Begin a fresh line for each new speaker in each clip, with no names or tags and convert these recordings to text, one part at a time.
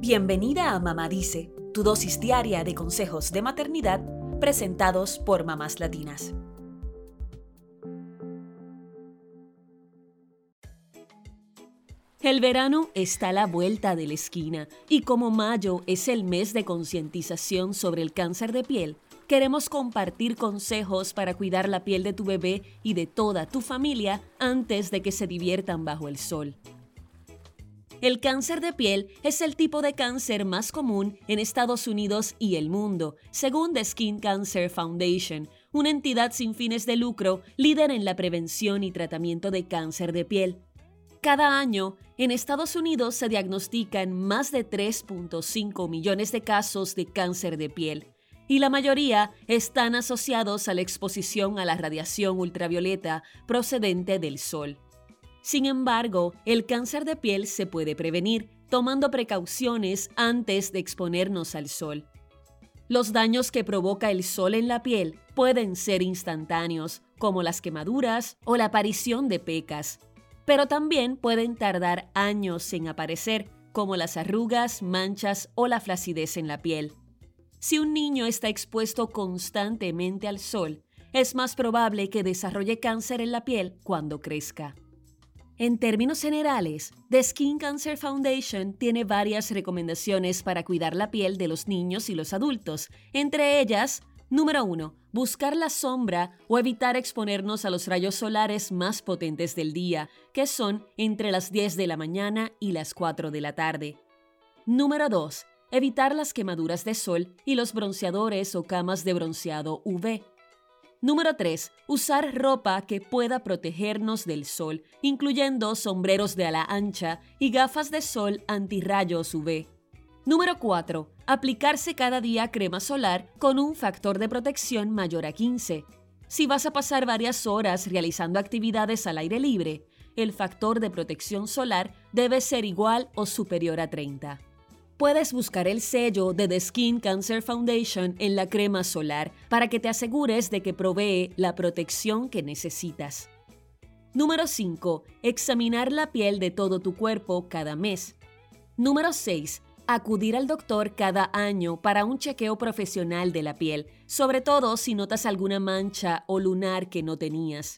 Bienvenida a Mamá Dice, tu dosis diaria de consejos de maternidad presentados por mamás latinas. El verano está a la vuelta de la esquina y como mayo es el mes de concientización sobre el cáncer de piel, queremos compartir consejos para cuidar la piel de tu bebé y de toda tu familia antes de que se diviertan bajo el sol. El cáncer de piel es el tipo de cáncer más común en Estados Unidos y el mundo, según The Skin Cancer Foundation, una entidad sin fines de lucro líder en la prevención y tratamiento de cáncer de piel. Cada año, en Estados Unidos se diagnostican más de 3.5 millones de casos de cáncer de piel, y la mayoría están asociados a la exposición a la radiación ultravioleta procedente del sol. Sin embargo, el cáncer de piel se puede prevenir tomando precauciones antes de exponernos al sol. Los daños que provoca el sol en la piel pueden ser instantáneos, como las quemaduras o la aparición de pecas, pero también pueden tardar años en aparecer, como las arrugas, manchas o la flacidez en la piel. Si un niño está expuesto constantemente al sol, es más probable que desarrolle cáncer en la piel cuando crezca. En términos generales, The Skin Cancer Foundation tiene varias recomendaciones para cuidar la piel de los niños y los adultos. Entre ellas, número 1, buscar la sombra o evitar exponernos a los rayos solares más potentes del día, que son entre las 10 de la mañana y las 4 de la tarde. Número 2, evitar las quemaduras de sol y los bronceadores o camas de bronceado UV. Número 3. Usar ropa que pueda protegernos del sol, incluyendo sombreros de ala ancha y gafas de sol antirrayos UV. Número 4. Aplicarse cada día crema solar con un factor de protección mayor a 15. Si vas a pasar varias horas realizando actividades al aire libre, el factor de protección solar debe ser igual o superior a 30. Puedes buscar el sello de The Skin Cancer Foundation en la crema solar para que te asegures de que provee la protección que necesitas. Número 5. Examinar la piel de todo tu cuerpo cada mes. Número 6. Acudir al doctor cada año para un chequeo profesional de la piel, sobre todo si notas alguna mancha o lunar que no tenías.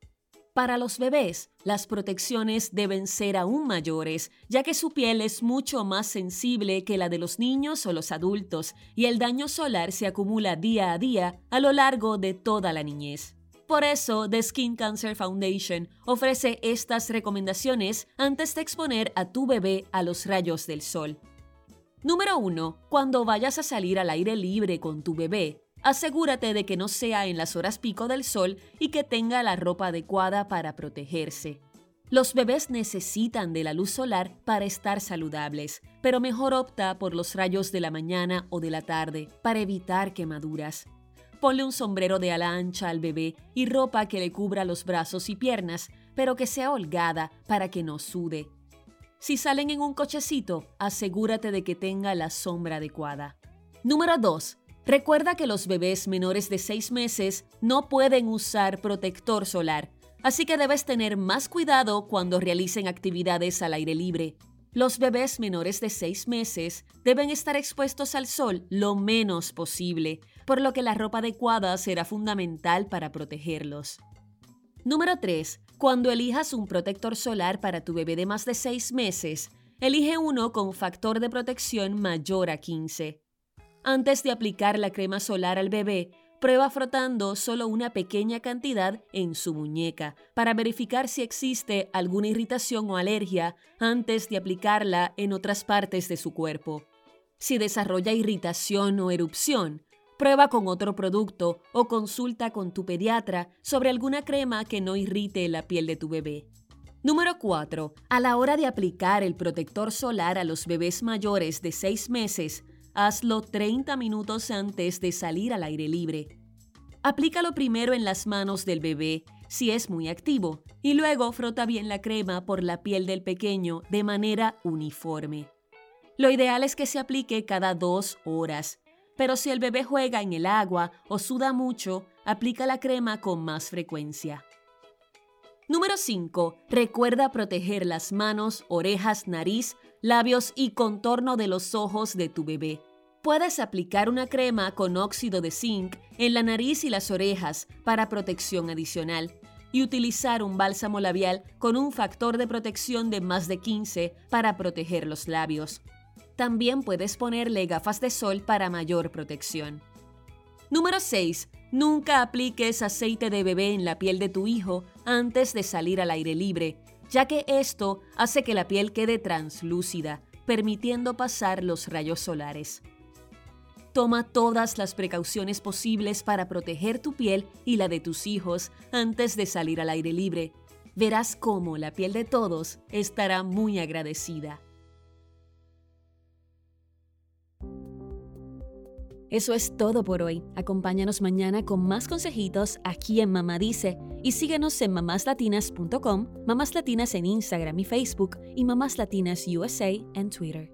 Para los bebés, las protecciones deben ser aún mayores, ya que su piel es mucho más sensible que la de los niños o los adultos, y el daño solar se acumula día a día a lo largo de toda la niñez. Por eso, The Skin Cancer Foundation ofrece estas recomendaciones antes de exponer a tu bebé a los rayos del sol. Número 1. Cuando vayas a salir al aire libre con tu bebé, asegúrate de que no sea en las horas pico del sol y que tenga la ropa adecuada para protegerse. Los bebés necesitan de la luz solar para estar saludables, pero mejor opta por los rayos de la mañana o de la tarde para evitar quemaduras. Ponle un sombrero de ala ancha al bebé y ropa que le cubra los brazos y piernas, pero que sea holgada para que no sude. Si salen en un cochecito, asegúrate de que tenga la sombra adecuada. Número 2. Recuerda que los bebés menores de 6 meses no pueden usar protector solar, así que debes tener más cuidado cuando realicen actividades al aire libre. Los bebés menores de 6 meses deben estar expuestos al sol lo menos posible, por lo que la ropa adecuada será fundamental para protegerlos. Número 3. Cuando elijas un protector solar para tu bebé de más de 6 meses, elige uno con factor de protección mayor a 15. Antes de aplicar la crema solar al bebé, prueba frotando solo una pequeña cantidad en su muñeca para verificar si existe alguna irritación o alergia antes de aplicarla en otras partes de su cuerpo. Si desarrolla irritación o erupción, prueba con otro producto o consulta con tu pediatra sobre alguna crema que no irrite la piel de tu bebé. Número 4. A la hora de aplicar el protector solar a los bebés mayores de 6 meses, hazlo 30 minutos antes de salir al aire libre. Aplícalo primero en las manos del bebé, si es muy activo, y luego frota bien la crema por la piel del pequeño de manera uniforme. Lo ideal es que se aplique cada 2 horas, pero si el bebé juega en el agua o suda mucho, aplica la crema con más frecuencia. Número 5. Recuerda proteger las manos, orejas, nariz, labios y contorno de los ojos de tu bebé. Puedes aplicar una crema con óxido de zinc en la nariz y las orejas para protección adicional y utilizar un bálsamo labial con un factor de protección de más de 15 para proteger los labios. También puedes ponerle gafas de sol para mayor protección. Número 6. Nunca apliques aceite de bebé en la piel de tu hijo antes de salir al aire libre, ya que esto hace que la piel quede translúcida, permitiendo pasar los rayos solares. Toma todas las precauciones posibles para proteger tu piel y la de tus hijos antes de salir al aire libre. Verás cómo la piel de todos estará muy agradecida. Eso es todo por hoy. Acompáñanos mañana con más consejitos aquí en Mamá Dice y síguenos en mamáslatinas.com, Mamás Latinas en Instagram y Facebook y Mamás Latinas USA en Twitter.